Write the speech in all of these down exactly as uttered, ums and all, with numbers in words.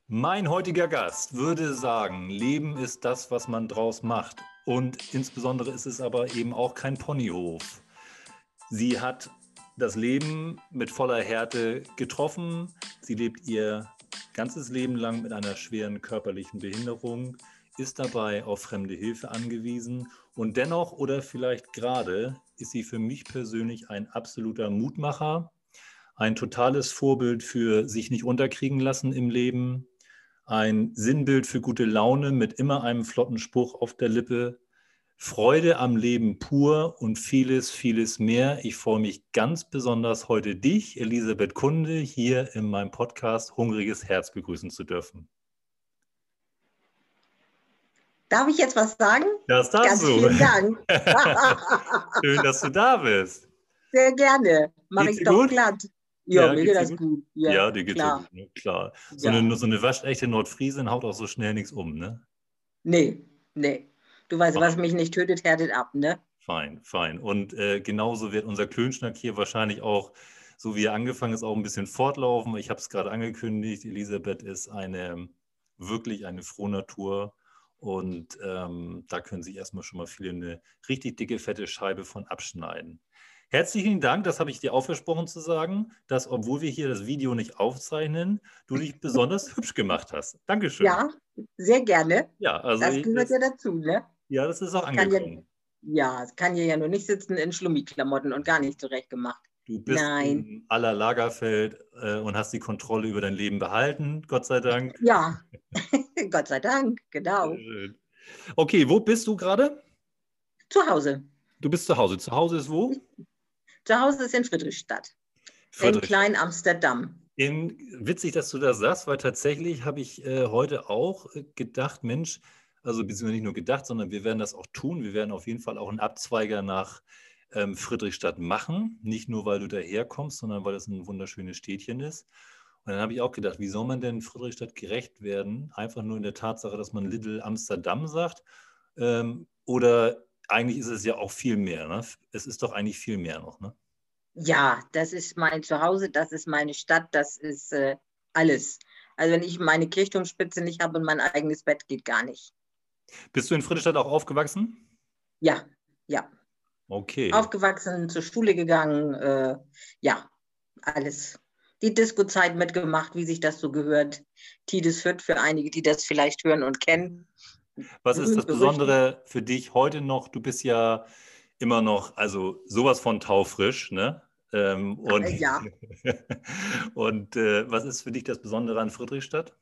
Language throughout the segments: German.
Mein heutiger Gast würde sagen, Leben ist das, was man draus macht. Und insbesondere ist es aber eben auch kein Ponyhof. Sie hat das Leben mit voller Härte getroffen. Sie lebt ihr ganzes Leben lang mit einer schweren körperlichen Behinderung, ist dabei auf fremde Hilfe angewiesen. Und dennoch oder vielleicht gerade ist sie für mich persönlich ein absoluter Mutmacher, ein totales Vorbild für sich nicht unterkriegen lassen im Leben, ein Sinnbild für gute Laune mit immer einem flotten Spruch auf der Lippe, Freude am Leben pur und vieles, vieles mehr. Ich freue mich ganz besonders, heute dich, Elisabeth Kunde, hier in meinem Podcast Hungriges Herz begrüßen zu dürfen. Darf ich jetzt was sagen? Das darfst Ganz du. vielen Dank. Schön, dass du da bist. Sehr gerne. Mache Geht's ich dir doch gut? glatt. Ja, Ja, mir geht's geht dir das gut? gut. Ja, Ja, dir geht's ja klar. gut, ne? Klar. So Ja. eine, so eine waschechte Nordfriesin haut auch so schnell nichts um, ne? Nee, nee. Du weißt, was Fein, mich nicht tötet, härtet ab, ne? fein, fein. Und äh, genauso wird unser Klönschnack hier wahrscheinlich auch, so wie er angefangen ist, auch ein bisschen fortlaufen. Ich habe es gerade angekündigt, Elisabeth ist eine, wirklich eine Frohnatur. Und ähm, da können sich erstmal schon mal viele eine richtig dicke, fette Scheibe von abschneiden. Herzlichen Dank, das habe ich dir auch versprochen zu sagen, dass, obwohl wir hier das Video nicht aufzeichnen, du dich besonders hübsch gemacht hast. Dankeschön. Ja, sehr gerne. Ja, also Das ich- gehört das, ja dazu, ne? ja, das ist auch Ich kann ja, angekommen. ja, es kann hier ja nur nicht sitzen in Schlummi-Klamotten und gar nicht zurechtgemacht. Du bist Nein. in aller Lagerfeld äh, und hast die Kontrolle über dein Leben behalten, Gott sei Dank. Ja, Gott sei Dank, Sehr genau. schön. Okay, wo bist du gerade? Zu Hause. Du bist zu Hause. Zu Hause ist wo? Zu Hause ist in Friedrichstadt. In Friedrichstadt. Klein-Amsterdam. In, witzig, dass du das sagst, weil tatsächlich habe ich äh, heute auch äh, gedacht, Mensch, also beziehungsweise nicht nur gedacht, sondern wir werden das auch tun. Wir werden auf jeden Fall auch einen Abzweiger nach ähm, Friedrichstadt machen. Nicht nur, weil du daherkommst, sondern weil es ein wunderschönes Städtchen ist. Und dann habe ich auch gedacht, wie soll man denn Friedrichstadt gerecht werden? Einfach nur in der Tatsache, dass man Little Amsterdam sagt. Ähm, oder eigentlich ist es ja auch viel mehr. Ne? Es ist doch eigentlich viel mehr noch, ne? Ja, das ist mein Zuhause, das ist meine Stadt, das ist äh, alles. Also wenn ich meine Kirchturmspitze nicht habe und mein eigenes Bett, geht gar nicht. Bist du in Friedrichstadt auch aufgewachsen? Ja, ja. Okay. Aufgewachsen, zur Schule gegangen, äh, ja, alles. Die Disco-Zeit mitgemacht, wie sich das so gehört. Tidus Fürth für einige, die das vielleicht hören und kennen. Was ist das Berühmt, berüchtigt. Besondere für dich heute noch? Du bist ja immer noch, also sowas von taufrisch, ne? Ähm, und Äh, Ja, und äh, was ist für dich das Besondere an Friedrichstadt?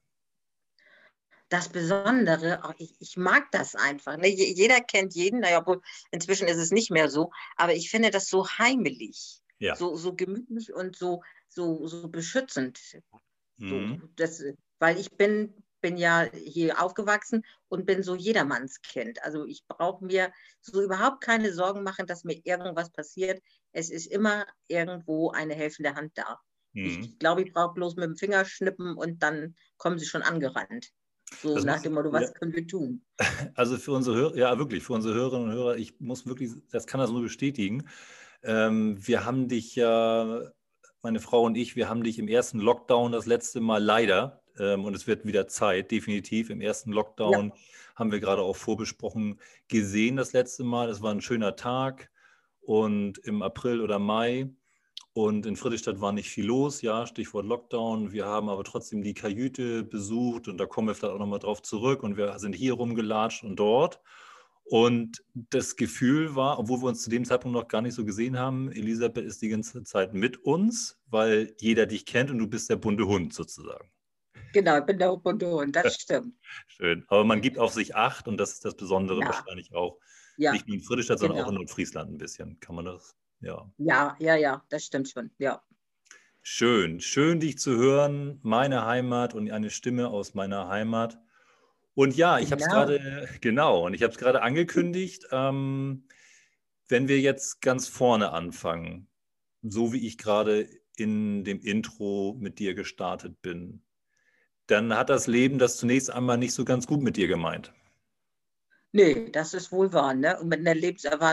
das Besondere, oh, ich, ich mag das einfach. Ne? Je- Jeder kennt jeden, naja, obwohl inzwischen ist es nicht mehr so, aber ich finde das so heimelig, Ja. so, so gemütlich und so, so, so beschützend. So, Mhm. das, weil ich bin, bin ja hier aufgewachsen und bin so Jedermannskind. Also ich brauche mir so überhaupt keine Sorgen machen, dass mir irgendwas passiert. Es ist immer irgendwo eine helfende Hand da. Mhm. Ich glaube, ich brauche bloß mit dem Finger schnippen und dann kommen sie schon angerannt. So Das nach muss, dem Motto, ja, was können wir tun? also für unsere Hörer, ja wirklich, für unsere Hörerinnen und Hörer, ich muss wirklich, das kann das nur bestätigen. Ähm, wir haben dich ja, meine Frau und ich, wir haben dich im ersten Lockdown das letzte Mal leider, ähm, und es wird wieder Zeit, definitiv, im ersten Ja, Lockdown haben wir gerade auch vorbesprochen, gesehen das letzte Mal. Es war ein schöner Tag und im April oder Mai. Und in Friedrichstadt war nicht viel los, ja, Stichwort Lockdown. Wir haben aber trotzdem die Kajüte besucht und da kommen wir vielleicht auch nochmal drauf zurück und wir sind hier rumgelatscht und dort. Und das Gefühl war, obwohl wir uns zu dem Zeitpunkt noch gar nicht so gesehen haben, Elisabeth ist die ganze Zeit mit uns, weil jeder dich kennt und du bist der bunte Hund sozusagen. genau, ich bin der bunte Hund, das stimmt. Schön. Aber man gibt auf sich Acht und das ist das Besondere Ja, wahrscheinlich auch, ja, nicht nur in Friedrichstadt, sondern auch in genau. Nordfriesland ein bisschen. Kann man das? Ja. Ja, ja, ja, das stimmt schon. Ja, Schön, schön dich zu hören, meine Heimat und eine Stimme aus meiner Heimat. Und ja, ich habe es genau. gerade, genau, und ich habe es gerade angekündigt, ähm, wenn wir jetzt ganz vorne anfangen, so wie ich gerade in dem Intro mit dir gestartet bin, dann hat das Leben das zunächst einmal nicht so ganz gut mit dir gemeint. Nee, das ist wohl wahr, ne? Und mit einer Lebenserwartung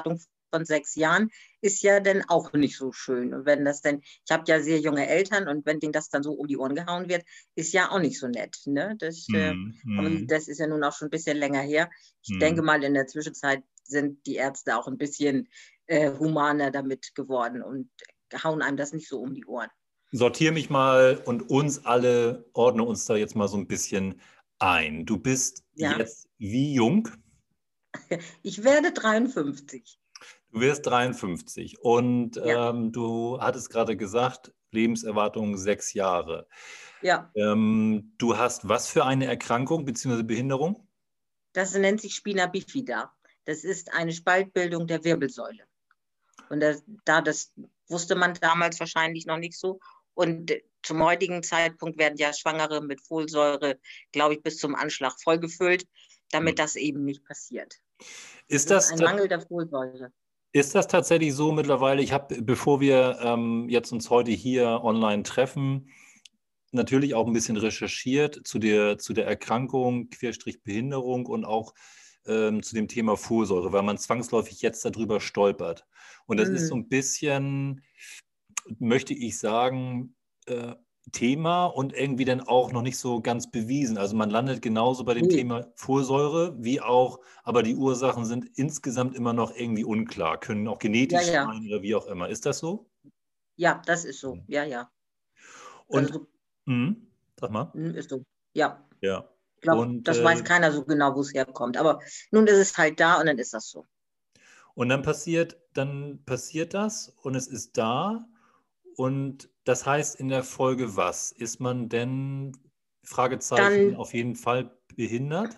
von sechs Jahren ist ja dann auch nicht so schön. Und wenn das denn, ich habe ja sehr junge Eltern und wenn denen das dann so um die Ohren gehauen wird, ist ja auch nicht so nett. Ne? Das, äh, Hm, aber hm, das ist ja nun auch schon ein bisschen länger her. Ich denke hm. mal, in der Zwischenzeit sind die Ärzte auch ein bisschen äh, humaner damit geworden und hauen einem das nicht so um die Ohren. Sortiere mich mal und uns alle, ordne uns da jetzt mal so ein bisschen ein. Du bist Ja, jetzt wie jung? ich werde dreiundfünfzig. Du wirst dreiundfünfzig und Ja, ähm, du hattest gerade gesagt, Lebenserwartung sechs Jahre. ja. Ähm, du hast was für eine Erkrankung bzw. Behinderung? Das nennt sich Spina bifida. Das ist eine Spaltbildung der Wirbelsäule. Und das, da das wusste man damals wahrscheinlich noch nicht so. Und zum heutigen Zeitpunkt werden ja Schwangere mit Folsäure, glaube ich, bis zum Anschlag vollgefüllt, damit das eben nicht passiert. Das Ist ist das, ein ta- Mangel der Folsäure. ist das tatsächlich so mittlerweile? Ich habe, bevor wir ähm, jetzt uns heute hier online treffen, natürlich auch ein bisschen recherchiert zu der, zu der Erkrankung, Querstrich Behinderung und auch ähm, zu dem Thema Folsäure, weil man zwangsläufig jetzt darüber stolpert. Und das ist so Mhm. ein bisschen, möchte ich sagen, äh, Thema und irgendwie dann auch noch nicht so ganz bewiesen. Also man landet genauso bei dem Nee. Thema Folsäure wie auch, aber die Ursachen sind insgesamt immer noch irgendwie unklar, können auch Ja, genetisch ja. sein oder wie auch immer. Ist das so? Ja, das ist so. Ja, ja. Und, Also, mh, sag mal. mm, ist so. Ja. Ja. Ich glaube, Und, das weiß äh, keiner so genau, wo es herkommt. Aber nun ist es halt da und dann ist das so. und dann passiert, dann passiert das und es ist da. Und das heißt in der Folge was? Ist man denn, Fragezeichen, Dann auf jeden Fall behindert?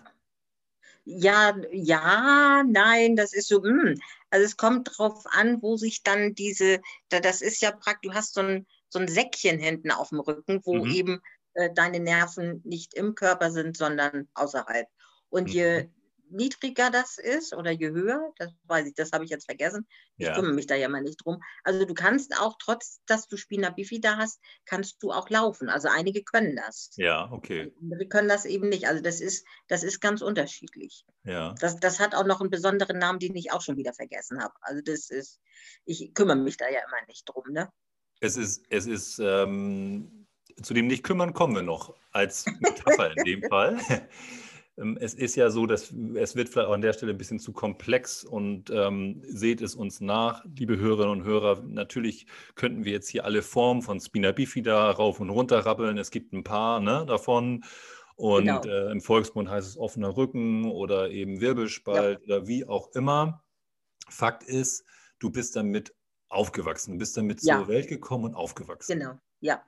ja, ja, nein, das ist so, mm. Also es kommt drauf an, wo sich dann diese, da, das ist ja praktisch, du hast so ein, so ein Säckchen hinten auf dem Rücken, wo Mhm. eben äh, deine Nerven nicht im Körper sind, sondern außerhalb. Und Mhm. je niedriger das ist oder je höher, das weiß ich, das habe ich jetzt vergessen, ich Ja, kümmere mich da ja mal nicht drum. Also du kannst auch, trotz dass du Spina bifida hast, kannst du auch laufen. Also einige können das. ja, okay. Und andere können das eben nicht. Also das ist, das ist ganz unterschiedlich. Ja. Das, das hat auch noch einen besonderen Namen, den ich auch schon wieder vergessen habe. Also das ist, ich kümmere mich da ja immer nicht drum, ne? Es ist, es ist, ähm, zu dem Nicht-Kümmern kommen wir noch, als Metapher in dem Fall. Ähm, Es ist ja so, dass es wird vielleicht auch an der Stelle ein bisschen zu komplex und ähm, seht es uns nach, liebe Hörerinnen und Hörer. Natürlich könnten wir jetzt hier alle Formen von Spina bifida rauf und runter rappeln. Es gibt ein paar, ne, davon. Und Genau. äh, im Volksmund heißt es offener Rücken oder eben Ja, Wirbelspalt oder wie auch immer. Fakt ist, du bist damit aufgewachsen, du bist damit zur ja, Welt gekommen und aufgewachsen. genau. Ja.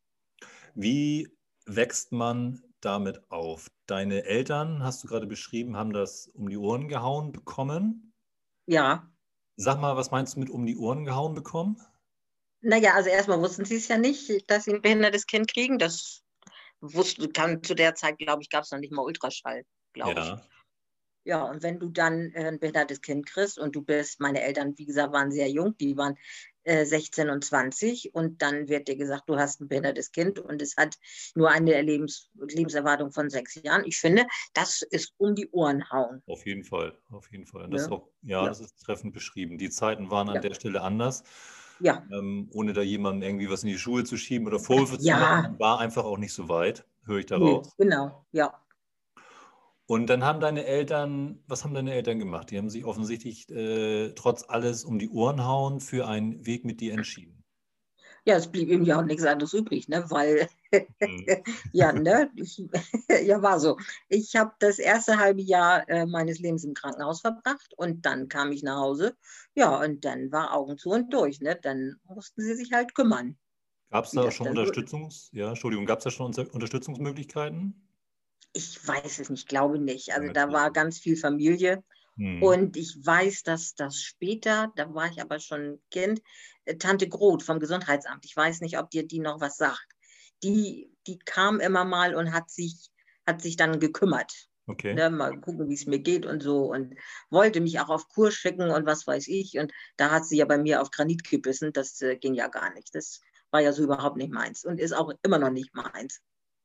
Wie wächst man damit auf? Deine Eltern, hast du gerade beschrieben, haben das um die Ohren gehauen bekommen. Ja. Sag mal, was meinst du mit um die Ohren gehauen bekommen? Naja, also erstmal wussten sie es ja nicht, dass sie ein behindertes Kind kriegen. Das wusste, kann, zu der Zeit, glaube ich, gab es noch nicht mal Ultraschall, glaube ich. Ja, Ja, und wenn du dann äh, ein behindertes Kind kriegst und du bist, meine Eltern, wie gesagt, waren sehr jung, die waren äh, sechzehn und zwanzig und dann wird dir gesagt, du hast ein behindertes Kind und es hat nur eine Lebens Lebenserwartung von sechs Jahren. Ich finde, das ist um die Ohren hauen. auf jeden Fall, auf jeden Fall. Und das ist Ne? auch, ja, Ja, das ist treffend beschrieben. Die Zeiten waren an ja, der Stelle anders. ja, Ähm, ohne da jemandem irgendwie was in die Schuhe zu schieben oder Vorwürfe zu machen. ja, Man war einfach auch nicht so weit, höre ich nee, daraus. genau, ja. Und dann haben deine Eltern, was haben deine Eltern gemacht? Die haben sich offensichtlich äh, trotz alles um die Ohren hauen für einen Weg mit dir entschieden. Ja, es blieb ihm ja auch nichts anderes übrig, ne? Weil, Mhm. ja, ne? Ich, ja, war so. Ich habe das erste halbe Jahr äh, meines Lebens im Krankenhaus verbracht und dann kam ich nach Hause. Ja, und dann war Augen zu und durch, ne? Dann mussten sie sich halt kümmern, Gab es wie da das schon dann so ist. Unterstützungs, ja, Entschuldigung, gab es da schon Unter Unterstützungsmöglichkeiten? Ich weiß es nicht, glaube nicht. Also Lange da Zeit war nicht. ganz viel Familie. Mhm. Und ich weiß, dass das später, da war ich aber schon ein Kind, äh, Tante Groth vom Gesundheitsamt, ich weiß nicht, ob dir die noch was sagt. Die, die kam immer mal und hat sich, hat sich dann gekümmert. Okay. Ne, mal gucken, wie es mir geht und so. Und wollte mich auch auf Kurs schicken und was weiß ich. Und da hat sie ja bei mir auf Granit gebissen. Das äh, ging ja gar nicht. Das war ja so überhaupt nicht meins und ist auch immer noch nicht meins.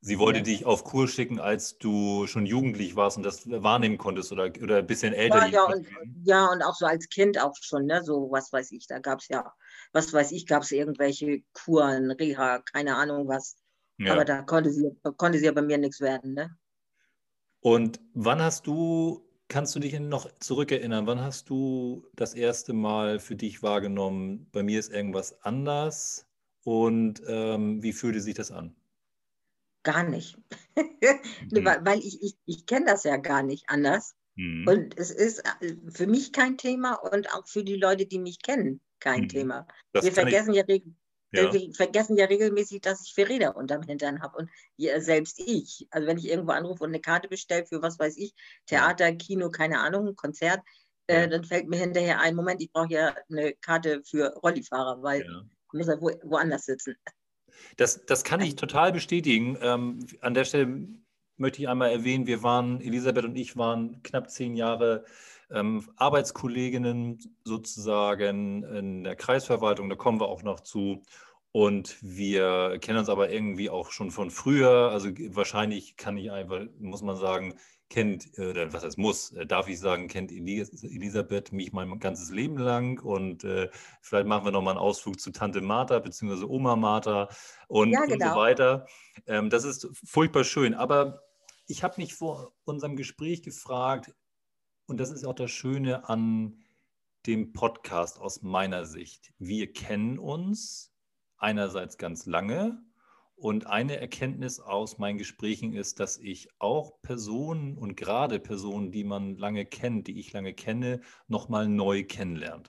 Sie wollte Ja. dich auf Kur schicken, als du schon jugendlich warst und das wahrnehmen konntest oder, oder ein bisschen älter Ja, ja, jedenfalls und, gewesen. ja, und auch so als Kind auch schon, ne? So, was weiß ich, da gab es ja, was weiß ich, gab es irgendwelche Kuren, Reha, keine Ahnung was. Aber Ja. da konnte sie, konnte sie ja bei mir nichts werden, ne? Und wann hast du, kannst du dich noch zurückerinnern, wann hast du das erste Mal für dich wahrgenommen, bei mir ist irgendwas anders und ähm, wie fühlte sich das an? Gar nicht. Ne, Mhm. weil weil ich, ich, ich kenne das ja gar nicht anders. Mhm. Und es ist äh, für mich kein Thema und auch für die Leute, die mich kennen, kein Mhm. Thema. Das Wir kann ich, vergessen ja, reg- äh, ja. wir vergessen ja regelmäßig, dass ich Verräter unterm Hintern habe. Und ja, selbst ich, also wenn ich irgendwo anrufe und eine Karte bestelle für was weiß ich, Ja. Theater, Kino, keine Ahnung, ein Konzert, äh, Ja. dann fällt mir hinterher ein, Moment, ich brauche ja eine Karte für Rollifahrer, weil Ja. ich muss ja wo, woanders sitzen. Das, das kann ich Also, total bestätigen. Ähm, an der Stelle möchte ich einmal erwähnen, wir waren, Elisabeth und ich waren knapp zehn Jahre ähm, Arbeitskolleginnen sozusagen in der Kreisverwaltung, da kommen wir auch noch zu. Und wir kennen uns aber irgendwie auch schon von früher. Also wahrscheinlich kann ich einfach, muss man sagen, kennt, äh, was heißt muss, äh, darf ich sagen, kennt Elis Elisabeth mich mein ganzes Leben lang. Und äh, vielleicht machen wir nochmal einen Ausflug zu Tante Martha bzw. Oma Martha und, ja, und so genau. weiter. Ähm, das ist furchtbar schön. Aber ich habe mich vor unserem Gespräch gefragt, und das ist auch das Schöne an dem Podcast aus meiner Sicht. Wir kennen uns einerseits ganz lange und eine Erkenntnis aus meinen Gesprächen ist, dass ich auch Personen und gerade Personen, die man lange kennt, die ich lange kenne, nochmal neu kennenlernt.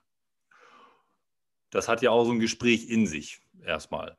Das hat ja auch so ein Gespräch in sich erstmal.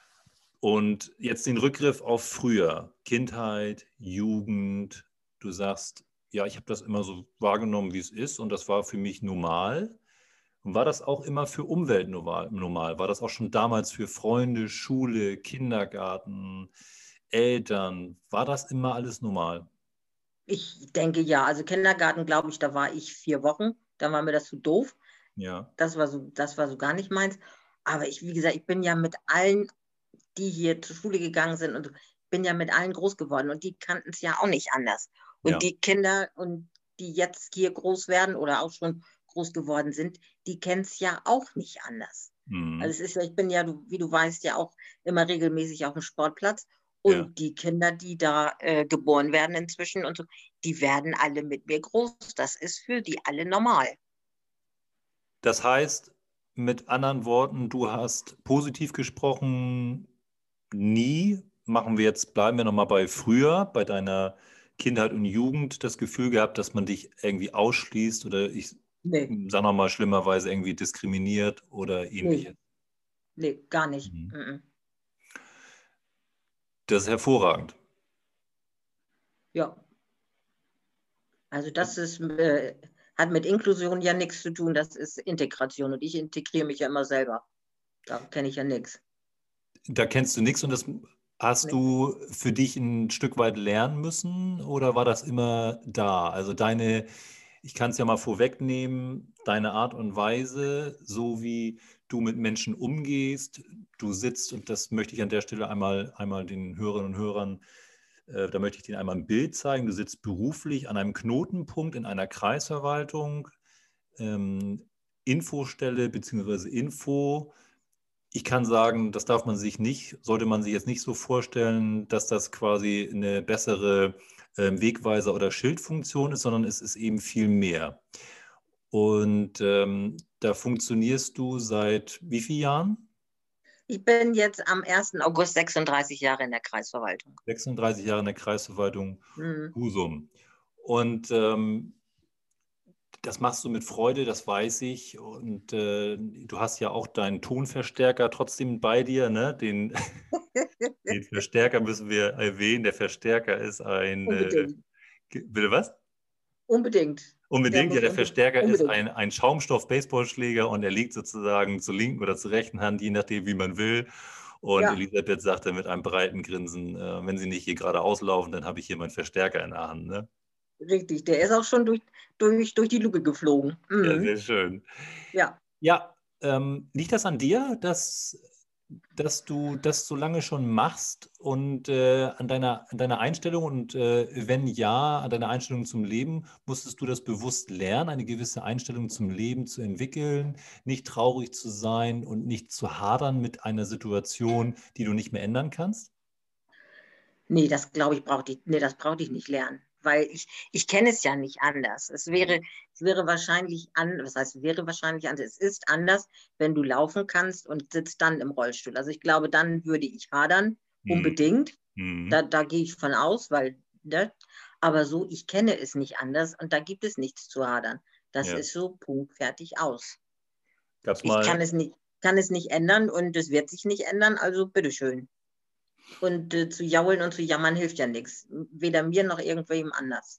Und jetzt den Rückgriff auf früher, Kindheit, Jugend. Du sagst, ja, ich habe das immer so wahrgenommen, wie es ist und das war für mich normal. Und war das auch immer für Umwelt normal? normal? War das auch schon damals für Freunde, Schule, Kindergarten, Eltern? War das immer alles normal? Ich denke ja, also Kindergarten, glaube ich, da war ich vier Wochen, da war mir das zu doof. Ja, Das war so, das war so gar nicht meins. Aber ich, wie gesagt, ich bin ja mit allen, die hier zur Schule gegangen sind und bin ja mit allen groß geworden und die kannten es ja auch nicht anders. Und ja. die Kinder und die jetzt hier groß werden oder auch schon groß geworden sind, die kennen es ja auch nicht anders. Also Mhm. es ist ja, ich bin ja, du, wie du weißt, ja auch immer regelmäßig auf dem Sportplatz Ja. und die Kinder, die da äh, geboren werden inzwischen und so, die werden alle mit mir groß. Das ist für die alle normal. Das heißt, mit anderen Worten, du hast positiv gesprochen, nie, machen wir jetzt, bleiben wir nochmal bei früher, bei deiner Kindheit und Jugend, das Gefühl gehabt, dass man dich irgendwie ausschließt oder ich Nee, sage nochmal schlimmerweise irgendwie diskriminiert oder nee, ähnliches. nee, gar nicht. Mhm. Mhm. Das ist hervorragend. Ja, also das ist, äh, hat mit Inklusion ja nichts zu tun, das ist Integration und ich integriere mich ja immer selber. Da kenne ich ja nichts. Da kennst du nichts und das hast Nee. du für dich ein Stück weit lernen müssen oder war das immer da? Also deine, ich kann es ja mal vorwegnehmen, deine Art und Weise, so wie du mit Menschen umgehst, du sitzt, und das möchte ich an der Stelle einmal, einmal den Hörerinnen und Hörern, äh, da möchte ich denen einmal ein Bild zeigen. Du sitzt beruflich an einem Knotenpunkt in einer Kreisverwaltung, ähm, Infostelle bzw. Info. Ich kann sagen, das darf man sich nicht, sollte man sich jetzt nicht so vorstellen, dass das quasi eine bessere ähm, Wegweiser- oder Schildfunktion ist, sondern es ist eben viel mehr. Und ähm, da funktionierst du seit wie vielen Jahren? Ich bin jetzt am ersten August sechsunddreißig Jahre in der Kreisverwaltung. sechsunddreißig Jahre in der Kreisverwaltung Mhm. Husum. Und ähm, das machst du mit Freude, das weiß ich. Und äh, du hast ja auch deinen Tonverstärker trotzdem bei dir, ne? Den, den Verstärker müssen wir erwähnen. Der Verstärker ist ein, äh, Unbedingt. ge- bitte was? Unbedingt. Der Unbedingt, ja, muss der unbe Verstärker ist unbedingt. ein, ein Schaumstoff-Baseballschläger und er liegt sozusagen zur linken oder zur rechten Hand, je nachdem, wie man will. Und Ja, Elisabeth sagte mit einem breiten Grinsen, äh, wenn Sie nicht hier gerade auslaufen, dann habe ich hier meinen Verstärker in der Hand. Ne? richtig. Der ist auch schon durch, durch, durch die Luke geflogen. Ja, Mhm. sehr schön. Ja. Ja, ähm, liegt das an dir, dass dass du das so lange schon machst und äh, an deiner, an deiner Einstellung und äh, wenn ja, an deiner Einstellung zum Leben, musstest du das bewusst lernen, eine gewisse Einstellung zum Leben zu entwickeln, nicht traurig zu sein und nicht zu hadern mit einer Situation, die du nicht mehr ändern kannst? Nee, das glaube ich, brauchte ich, nee, das brauchte ich nicht lernen, weil ich, ich kenne es ja nicht anders. Es wäre, es wäre wahrscheinlich anders, was heißt, wäre wahrscheinlich anders, es ist anders, wenn du laufen kannst und sitzt dann im Rollstuhl. Also ich glaube, dann würde ich hadern, Mhm. unbedingt. Da, Mhm. da gehe ich von aus, weil, ne, aber so, ich kenne es nicht anders und da gibt es nichts zu hadern. Das Ja. ist so, Punkt, fertig, aus. Gab es Ich mal, kann es nicht, kann es nicht ändern und es wird sich nicht ändern, also bitteschön. Und äh, zu jaulen und zu jammern hilft ja nichts. Weder mir noch irgendwem anders.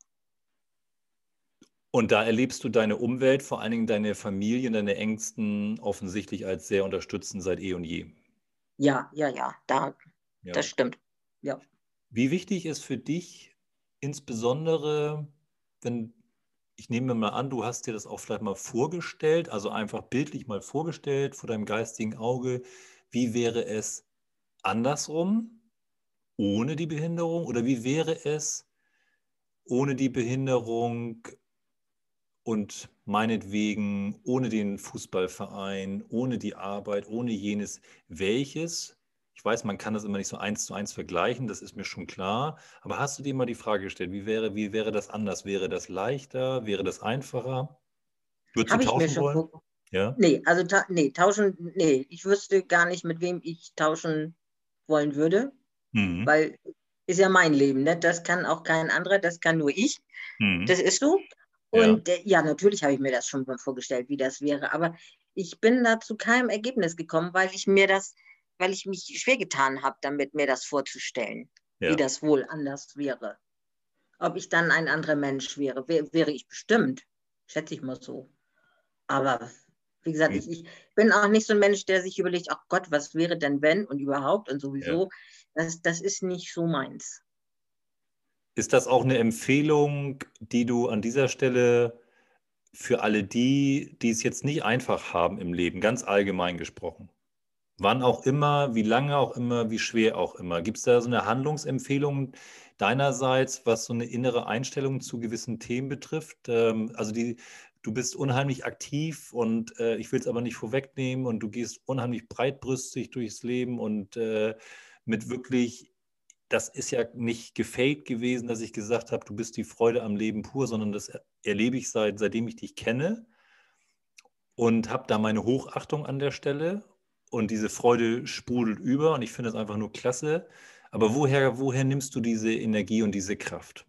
und da erlebst du deine Umwelt, vor allen Dingen deine Familie, deine Ängsten offensichtlich als sehr unterstützend seit eh und je. Ja, ja, ja, da, Ja. das stimmt. Ja. Wie wichtig ist für dich insbesondere, wenn, ich nehme mal an, du hast dir das auch vielleicht mal vorgestellt, also einfach bildlich mal vorgestellt vor deinem geistigen Auge, wie wäre es andersrum, ohne die Behinderung, oder wie wäre es ohne die Behinderung und meinetwegen ohne den Fußballverein, ohne die Arbeit, ohne jenes, welches, ich weiß, man kann das immer nicht so eins zu eins vergleichen, das ist mir schon klar, aber hast du dir mal die Frage gestellt, wie wäre, wie wäre das anders? Wäre das leichter? Wäre das einfacher? Würdest du Habe ich mir tauschen schon wollen? vor. Ja? Nee, also ta nee, tauschen, nee, ich wüsste gar nicht, mit wem ich tauschen wollen würde, Mhm. weil ist ja mein Leben, ne? Das kann auch kein anderer, das kann nur ich. Das Mhm. ist so. Ja. Und äh, ja, natürlich habe ich mir das schon mal vorgestellt, wie das wäre, aber ich bin da zu keinem Ergebnis gekommen, weil ich mir das, weil ich mich schwer getan habe, damit mir das vorzustellen, wie Ja. das wohl anders wäre. Ob ich dann ein anderer Mensch wäre, wär, wäre ich bestimmt, schätze ich mal so. Aber wie gesagt, Mhm. ich, ich bin auch nicht so ein Mensch, der sich überlegt, ach Gott, was wäre denn wenn und überhaupt und Ja. sowieso. Das, das ist nicht so meins. Ist das auch eine Empfehlung, die du an dieser Stelle für alle die, die es jetzt nicht einfach haben im Leben, ganz allgemein gesprochen? Wann auch immer, wie lange auch immer, wie schwer auch immer. Gibt es da so eine Handlungsempfehlung deinerseits, was so eine innere Einstellung zu gewissen Themen betrifft? Ähm, also die, du bist unheimlich aktiv und äh, ich will es aber nicht vorwegnehmen und du gehst unheimlich breitbrüstig durchs Leben und äh, mit wirklich, das ist ja nicht gefaked gewesen, dass ich gesagt habe, du bist die Freude am Leben pur, sondern das erlebe ich seit, seitdem ich dich kenne und habe da meine Hochachtung an der Stelle und diese Freude sprudelt über und ich finde es einfach nur klasse. Aber woher, woher nimmst du diese Energie und diese Kraft?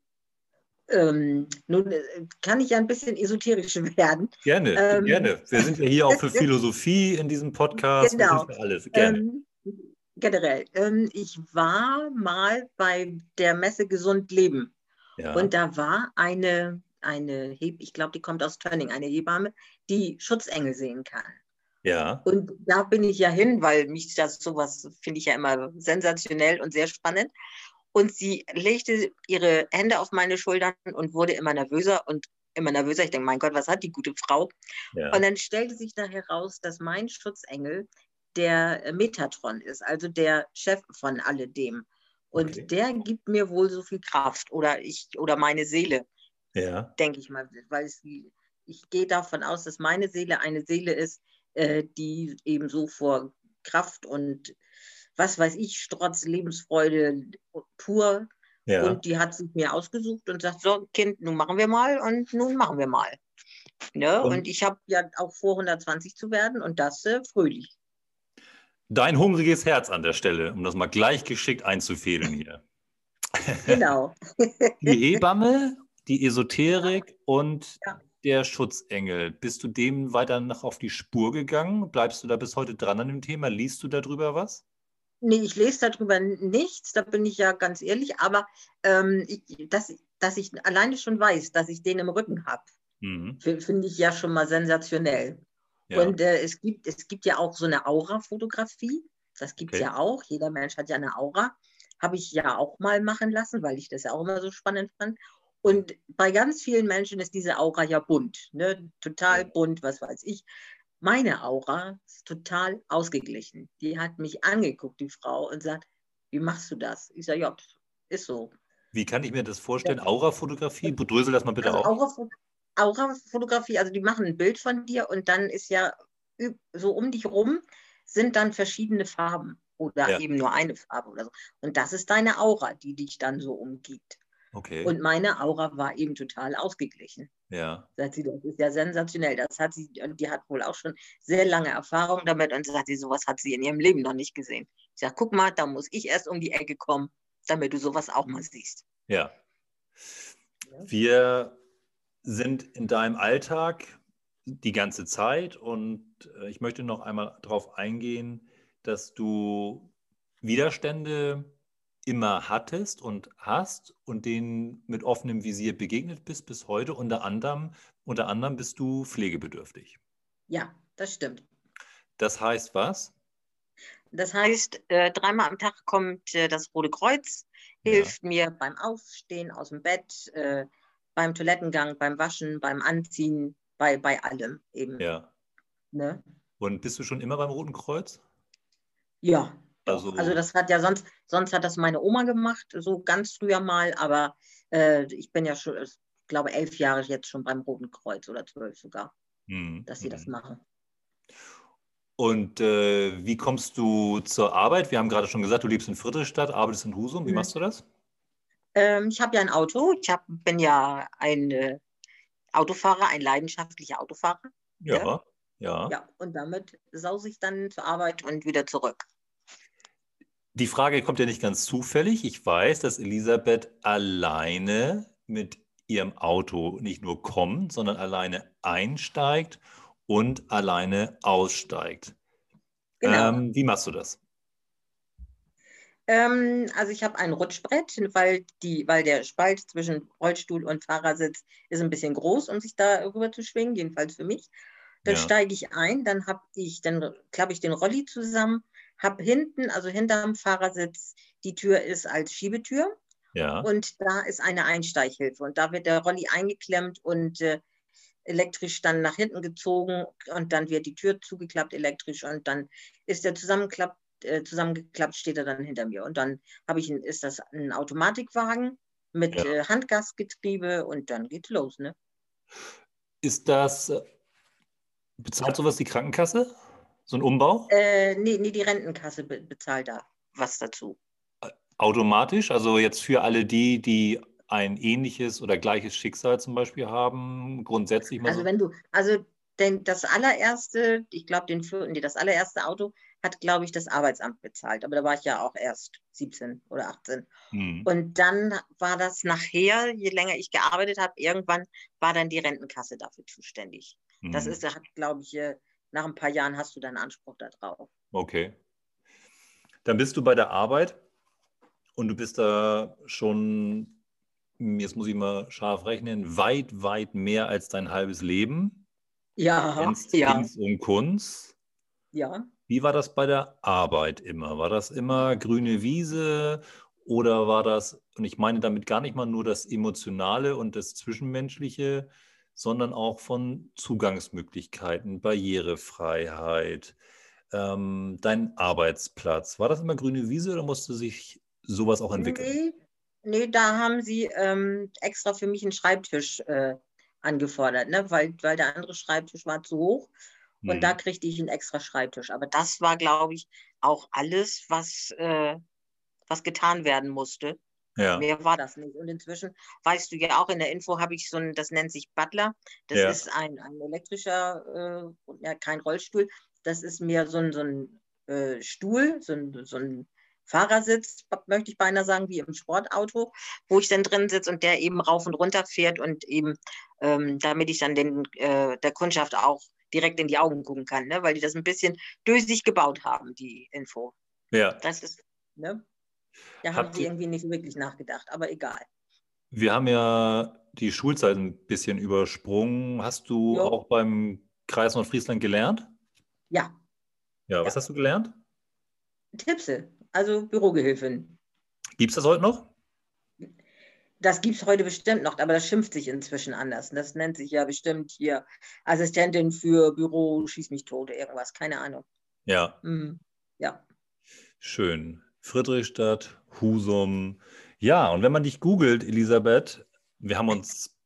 Ähm, nun äh, kann ich ja ein bisschen esoterisch werden. Gerne, Ähm, gerne. Wir sind ja hier auch für Philosophie in diesem Podcast. Wir sind genau. für alles. Gerne. Ähm, generell. Ähm, ich war mal bei der Messe Gesund Leben und Ja, da war eine, eine Heb ich glaube, die kommt aus Tönning, eine Hebamme, die Schutzengel sehen kann. ja, Und da bin ich ja hin, weil mich das sowas finde ich ja immer sensationell und sehr spannend. Und sie legte ihre Hände auf meine Schultern und wurde immer nervöser und immer nervöser. Ich denke, mein Gott, was hat die gute Frau? Und ja. dann stellte sich da heraus, dass mein Schutzengel der Metatron ist, also der Chef von alledem. Und Okay. der gibt mir wohl so viel Kraft oder ich oder meine Seele, Ja, denke ich mal, weil es, ich gehe davon aus, dass meine Seele eine Seele ist, äh, die eben so vor Kraft und was weiß ich, Strotz, Lebensfreude pur. ja. Und die hat sich mir ausgesucht und sagt, so Kind, nun machen wir mal und nun machen wir mal. Ne? Und Und ich habe ja auch vor, hundertzwanzig zu werden und das äh, fröhlich. dein hungriges Herz an der Stelle, um das mal gleich geschickt einzufädeln hier. Genau. Die Hebamme, die Esoterik und Ja. der Schutzengel. Bist du dem weiter noch auf die Spur gegangen? Bleibst du da bis heute dran an dem Thema? Liest du darüber was? Nee, ich lese darüber nichts, da bin ich ja ganz ehrlich, aber ähm, ich, dass, dass ich alleine schon weiß, dass ich den im Rücken habe, Mhm. finde ich ja schon mal sensationell. Ja, Und äh, es gibt, es gibt ja auch so eine Aura-Fotografie, das gibt es okay. ja auch, jeder Mensch hat ja eine Aura, habe ich ja auch mal machen lassen, weil ich das ja auch immer so spannend fand. Und bei ganz vielen Menschen ist diese Aura ja bunt, ne? Ja. Total bunt, was weiß ich. Meine Aura ist total ausgeglichen. Die hat mich angeguckt, die Frau, und sagt, wie machst du das? Ich sage, ja, pf, ist so. Wie kann ich mir das vorstellen? Ja. Aura-Fotografie? Drösel das mal bitte Also auf. Aura, Aura-Fotografie, also die machen ein Bild von dir und dann ist ja üb- so um dich rum sind dann verschiedene Farben oder Ja, eben nur eine Farbe oder so. Und das ist deine Aura, die dich dann so umgibt. okay. Und meine Aura war eben total ausgeglichen. Ja. Sagt sie, das ist ja sensationell. Das hat sie, und die hat wohl auch schon sehr lange Erfahrung damit und sagt sie, sowas hat sie in ihrem Leben noch nicht gesehen. Ich sage, guck mal, da muss ich erst um die Ecke kommen, damit du sowas auch mal siehst. Ja. Ja. Wir sind in deinem Alltag die ganze Zeit und äh, ich möchte noch einmal darauf eingehen, dass du Widerstände immer hattest und hast und denen mit offenem Visier begegnet bist bis heute. Unter anderem, unter anderem bist du pflegebedürftig. Ja, das stimmt. Das heißt was? Das heißt, äh, dreimal am Tag kommt äh, das Rote Kreuz, Ja, hilft mir beim Aufstehen aus dem Bett, äh, beim Toilettengang, beim Waschen, beim Anziehen, bei, bei allem eben. ja. Ne? Und bist du schon immer beim Roten Kreuz? Ja, doch. Also Also, das hat ja sonst, sonst hat das meine Oma gemacht, so ganz früher mal, aber äh, ich bin ja schon, ich glaube, elf Jahre jetzt schon beim Roten Kreuz oder zwölf sogar, hm, dass sie das hm. machen. Und äh, wie kommst du zur Arbeit? Wir haben gerade schon gesagt, du lebst in Friedrichstadt, arbeitest in Husum. Wie Mhm. machst du das? Ähm, ich habe ja ein Auto, ich hab, bin ja ein äh, Autofahrer, ein leidenschaftlicher Autofahrer. Ne? Ja, ja. Ja, und damit sause ich dann zur Arbeit und wieder zurück. Die Frage kommt ja nicht ganz zufällig. Ich weiß, dass Elisabeth alleine mit ihrem Auto nicht nur kommt, sondern alleine einsteigt und alleine aussteigt. Genau. Ähm, wie machst du das? Ähm, also ich habe ein Rutschbrett, weil, die, weil der Spalt zwischen Rollstuhl und Fahrersitz ist ein bisschen groß, um sich da rüber zu schwingen, jedenfalls für mich. Dann Ja, steige ich ein, dann habe ich, dann klappe ich den Rolli zusammen, habe hinten, also hinterm Fahrersitz, die Tür ist als Schiebetür ja, und da ist eine Einsteighilfe und da wird der Rolli eingeklemmt und äh, elektrisch dann nach hinten gezogen und dann wird die Tür zugeklappt elektrisch und dann ist der zusammenklappt, äh, zusammengeklappt, steht er dann hinter mir. Und dann habe ich ein, ist das ein Automatikwagen mit ja. äh, Handgasgetriebe und dann geht's los, ne? Ist das, äh, bezahlt sowas die Krankenkasse? So ein Umbau? Äh, nee, nee, die Rentenkasse be bezahlt da was dazu. Automatisch? Also jetzt für alle die, die ein ähnliches oder gleiches Schicksal zum Beispiel haben, grundsätzlich mal Also so. wenn du, also denn das allererste, ich glaube, den Führ- nee, das allererste Auto hat, glaube ich, das Arbeitsamt bezahlt. Aber da war ich ja auch erst siebzehn oder achtzehn. Hm. Und dann war das nachher, je länger ich gearbeitet habe, irgendwann war dann die Rentenkasse dafür zuständig. Das Hm. ist, glaube ich, äh, nach ein paar Jahren hast du dann Anspruch darauf. Okay. Dann bist du bei der Arbeit und du bist da schon, jetzt muss ich mal scharf rechnen, weit, weit mehr als dein halbes Leben. Ja, Kennst ja, Hinz und Kunz. ja. Wie war das bei der Arbeit immer? War das immer grüne Wiese oder war das, und ich meine damit gar nicht mal nur das Emotionale und das Zwischenmenschliche, sondern auch von Zugangsmöglichkeiten, Barrierefreiheit, ähm, dein Arbeitsplatz. War das immer grüne Wiese oder musste sich sowas auch entwickeln? Nee, nee, da haben sie ähm, extra für mich einen Schreibtisch äh, angefordert, ne? Weil, weil der andere Schreibtisch war zu hoch und da Hm. kriegte ich einen extra Schreibtisch. Aber das war, glaube ich, auch alles, was, äh, was getan werden musste. Ja, Mehr war das nicht. Und inzwischen, weißt du ja auch, in der Info habe ich so ein, das nennt sich Butler. Das ja, ist ein, ein elektrischer, äh, ja, kein Rollstuhl. Das ist mehr so ein, so ein äh, Stuhl, so ein, so ein Fahrersitz, möchte ich beinahe sagen, wie im Sportauto, wo ich dann drin sitze und der eben rauf und runter fährt und eben, ähm, damit ich dann den, äh, der Kundschaft auch direkt in die Augen gucken kann, ne? Weil die das ein bisschen dösig gebaut haben, die Info. ja. Das ist, ne? Da haben Habt sie ihr, irgendwie nicht wirklich nachgedacht, aber egal. wir haben ja die Schulzeit ein bisschen übersprungen. Hast du Jo, auch beim Kreis Nordfriesland gelernt? ja, Ja, was ja. hast du gelernt? Tipse, also Bürogehilfin. Gibt es das heute noch? Das gibt es heute bestimmt noch, aber das schimpft sich inzwischen anders. Das nennt sich ja bestimmt hier Assistentin für Büro, schieß mich tot, irgendwas, keine Ahnung. Ja, Mhm. Ja. schön. Friedrichstadt, Husum. Ja, und wenn man dich googelt, Elisabeth, wir haben uns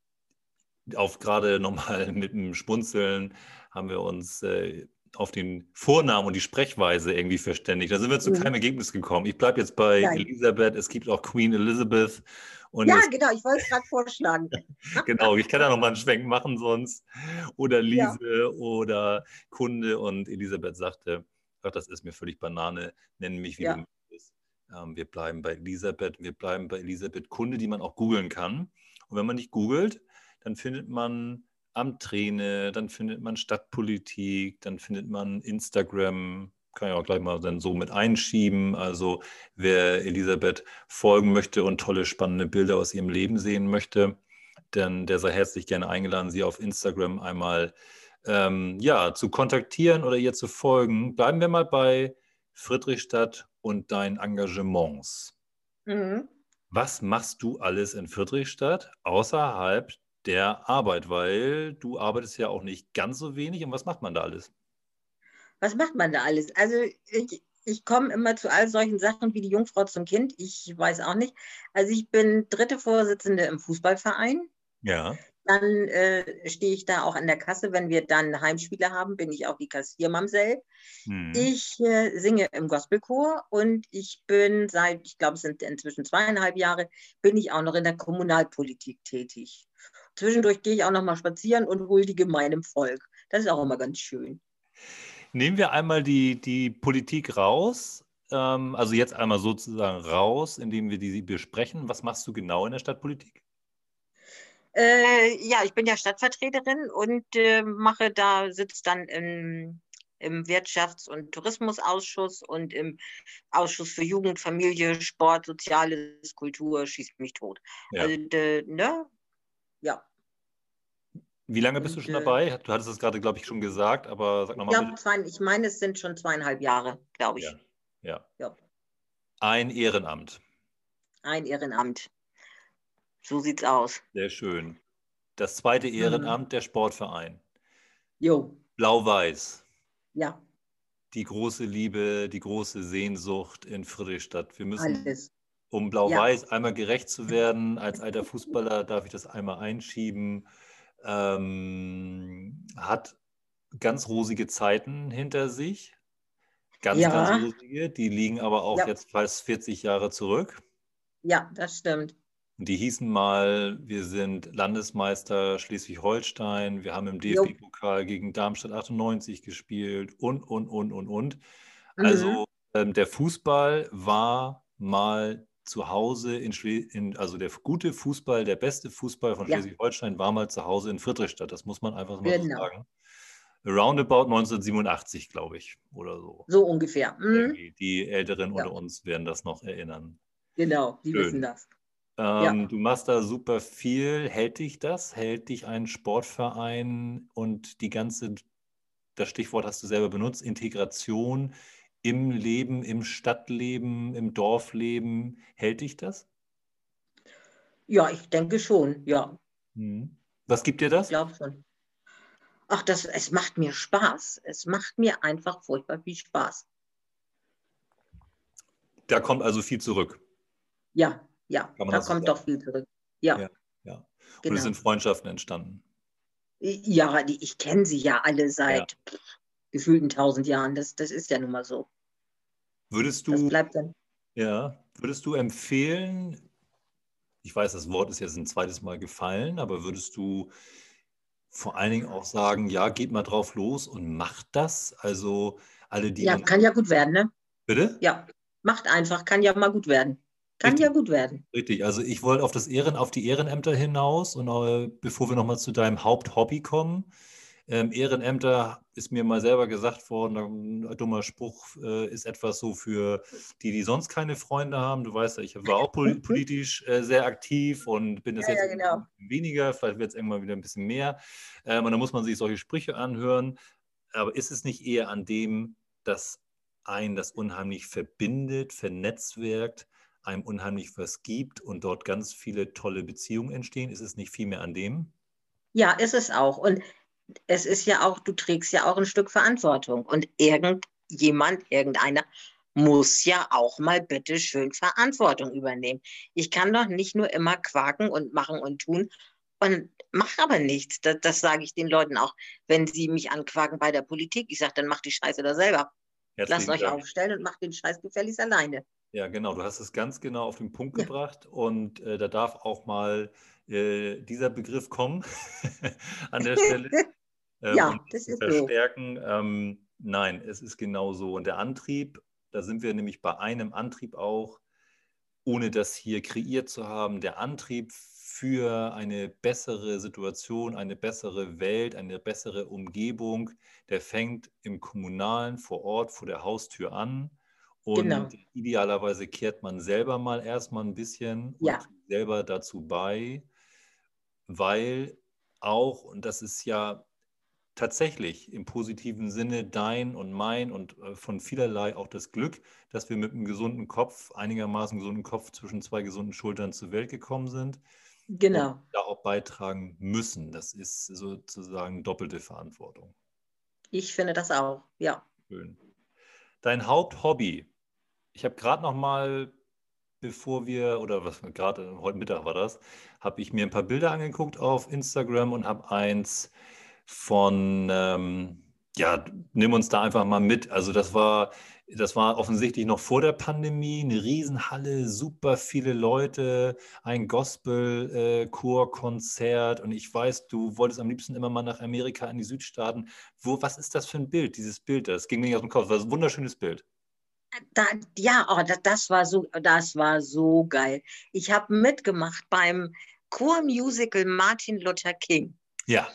auf gerade nochmal mit dem Spunzeln, haben wir uns äh, auf den Vornamen und die Sprechweise irgendwie verständigt. Da sind wir zu Mhm. keinem Ergebnis gekommen. Ich bleibe jetzt bei Nein. Elisabeth. Es gibt auch Queen Elizabeth. Und Ja, es, genau, ich wollte es gerade vorschlagen. genau, ich kann da nochmal einen Schwenk machen sonst. Oder Ja, Lise oder Kunde. Und Elisabeth sagte, ach, das ist mir völlig Banane, nenn mich, wie du ja. möchtest. Ähm, wir bleiben bei Elisabeth. Wir bleiben bei Elisabeth Kunde, die man auch googeln kann. Und wenn man nicht googelt, dann findet man Amträne, dann findet man Stadtpolitik, dann findet man Instagram, kann ich auch gleich mal dann so mit einschieben. Also wer Elisabeth folgen möchte und tolle, spannende Bilder aus ihrem Leben sehen möchte, dann der sei herzlich gerne eingeladen, sie auf Instagram einmal ähm, ja, zu kontaktieren oder ihr zu folgen. Bleiben wir mal bei Friedrichstadt und deinen Engagements. Mhm. Was machst du alles in Friedrichstadt außerhalb der Arbeit? Weil du arbeitest ja auch nicht ganz so wenig. Und was macht man da alles? Was macht man da alles? Also ich, ich komme immer zu all solchen Sachen wie die Jungfrau zum Kind. Ich weiß auch nicht. Also ich bin dritte Vorsitzende im Fußballverein. Ja. Dann äh, stehe ich da auch an der Kasse. Wenn wir dann Heimspiele haben, bin ich auch die Kassiermamsell. Hm. Ich äh, singe im Gospelchor und ich bin seit, ich glaube, es sind inzwischen zweieinhalb Jahre, bin ich auch noch in der Kommunalpolitik tätig. Zwischendurch gehe ich auch noch mal spazieren und huldige meinem Volk. Das ist auch immer ganz schön. Nehmen wir einmal die, die Politik raus. Ähm, also jetzt einmal sozusagen raus, indem wir die besprechen. Was machst du genau in der Stadtpolitik? Äh, ja, ich bin ja Stadtvertreterin und äh, mache da, sitze dann im, im Wirtschafts- und Tourismusausschuss und im Ausschuss für Jugend, Familie, Sport, Soziales, Kultur, schießt mich tot. Ja. Also, äh, ne? Ja. Wie lange bist du Und schon äh, dabei? Du hattest es gerade, glaube ich, schon gesagt, aber sag ich nochmal glaube, bitte. zwei, ich meine, es sind schon zweieinhalb Jahre, glaube Ja. ich. Ja. Ja, Ein Ehrenamt. ein Ehrenamt. So sieht's aus. Sehr schön. Das zweite Mhm. Ehrenamt, der Sportverein. Jo, Blau-Weiß. ja, Die große Liebe, die große Sehnsucht in Friedrichstadt. Wir müssen, alles. um Ja, Blau-Weiß einmal gerecht zu werden, als alter Fußballer darf ich das einmal einschieben, ähm, hat ganz rosige Zeiten hinter sich. Ganz, ganz ja, rosige. Die liegen aber auch ja, jetzt fast vierzig Jahre zurück. ja, das stimmt. Und die hießen mal, wir sind Landesmeister Schleswig-Holstein, wir haben im Jo, D F B-Pokal gegen Darmstadt achtundneunzig gespielt und, und, und, und, und. mhm. Also ähm, der Fußball war mal zu Hause in, Schle in, also der gute Fußball, der beste Fußball von Ja, Schleswig-Holstein war mal zu Hause in Friedrichstadt. Das muss man einfach mal so genau. sagen. Roundabout neunzehnhundertsiebenundachtzig, glaube ich, oder so. So ungefähr. Mhm. Irgendwie. Die Älteren Ja, unter uns werden das noch erinnern. genau, die wissen Schön. das. Ähm, Ja. du machst da super viel. Hält dich das? Hält dich ein Sportverein und die ganze, das Stichwort hast du selber benutzt, Integration im Leben, im Stadtleben, im Dorfleben, hält dich das? Ja, ich denke schon. Ja, Mhm. Was gibt dir ich das? glaube schon. Ach, das, es macht mir Spaß. Es macht mir einfach furchtbar viel Spaß. Da kommt also viel zurück, Ja, ja, kann man da das so kommt doch sagen. viel zurück. Ja, Ja, ja. Und es genau. sind Freundschaften entstanden. Ja, die, ich kenne sie ja alle Ja. seit pff, gefühlten tausend Jahren. Das, das ist ja nun mal so. Würdest Das du, bleibt dann. ja, würdest du empfehlen, ich weiß, das Wort ist jetzt ein zweites Mal gefallen, aber würdest du vor allen Dingen auch sagen, ja, geht mal drauf los und macht das. Also alle, die Ja, uns. kann ja gut werden, ne? Bitte? Ja, macht einfach, kann ja mal gut werden. Kann ja Richtig, gut werden. richtig. Also ich wollte auf das Ehren, auf die Ehrenämter hinaus und äh, bevor wir nochmal zu deinem Haupthobby kommen. Ähm, Ehrenämter ist mir mal selber gesagt worden, ein dummer Spruch äh, ist etwas so für die, die sonst keine Freunde haben. Du weißt ja, ich war auch poli politisch äh, sehr aktiv und bin das Ja, jetzt ja, genau. weniger, vielleicht wird es irgendwann wieder ein bisschen mehr. Ähm, und da muss man sich solche Sprüche anhören. Aber ist es nicht eher an dem, dass einen das unheimlich verbindet, vernetzwerkt, einem unheimlich was gibt und dort ganz viele tolle Beziehungen entstehen? Ist es nicht viel mehr an dem? Ja, ist es auch. Und es ist ja auch, du trägst ja auch ein Stück Verantwortung. Und irgendjemand, irgendeiner muss ja auch mal bitte schön Verantwortung übernehmen. Ich kann doch nicht nur immer quaken und machen und tun und mache aber nichts. Das, das sage ich den Leuten auch, wenn sie mich anquaken bei der Politik. Ich sage, dann macht die Scheiße da selber. Lasst Herzlichen euch Dank. aufstellen und macht den Scheiß gefälligst alleine. Ja, genau. Du hast es ganz genau auf den Punkt Ja, gebracht und äh, da darf auch mal äh, dieser Begriff kommen an der Stelle, ähm, um ja, das das zu ist so. verstärken. Ähm, nein, es ist genau so. Und der Antrieb, da sind wir nämlich bei einem Antrieb auch, ohne das hier kreiert zu haben, der Antrieb für eine bessere Situation, eine bessere Welt, eine bessere Umgebung, der fängt im Kommunalen vor Ort vor der Haustür an. Und Genau. idealerweise kehrt man selber mal erstmal ein bisschen und Ja, trägt selber dazu bei, weil auch, und das ist ja tatsächlich im positiven Sinne dein und mein und äh, von vielerlei auch das Glück, dass wir mit einem gesunden Kopf, einigermaßen gesunden Kopf zwischen zwei gesunden Schultern zur Welt gekommen sind und genau. da auch beitragen müssen. Das ist sozusagen doppelte Verantwortung. Ich finde das auch. Ja. Schön. Dein Haupthobby. Ich habe gerade noch mal, bevor wir, oder was gerade heute Mittag war das, habe ich mir ein paar Bilder angeguckt auf Instagram und habe eins von, ähm, ja, nimm uns da einfach mal mit. Also das war, das war offensichtlich noch vor der Pandemie, eine Riesenhalle, super viele Leute, ein Gospel-Chor-Konzert und ich weiß, du wolltest am liebsten immer mal nach Amerika in die Südstaaten. Wo, was ist das für ein Bild, dieses Bild? Das ging mir nicht aus dem Kopf. Das war ein wunderschönes Bild. Da, ja, oh, das, das war so, das war so geil. Ich habe mitgemacht beim Chormusical Martin Luther King. Ja,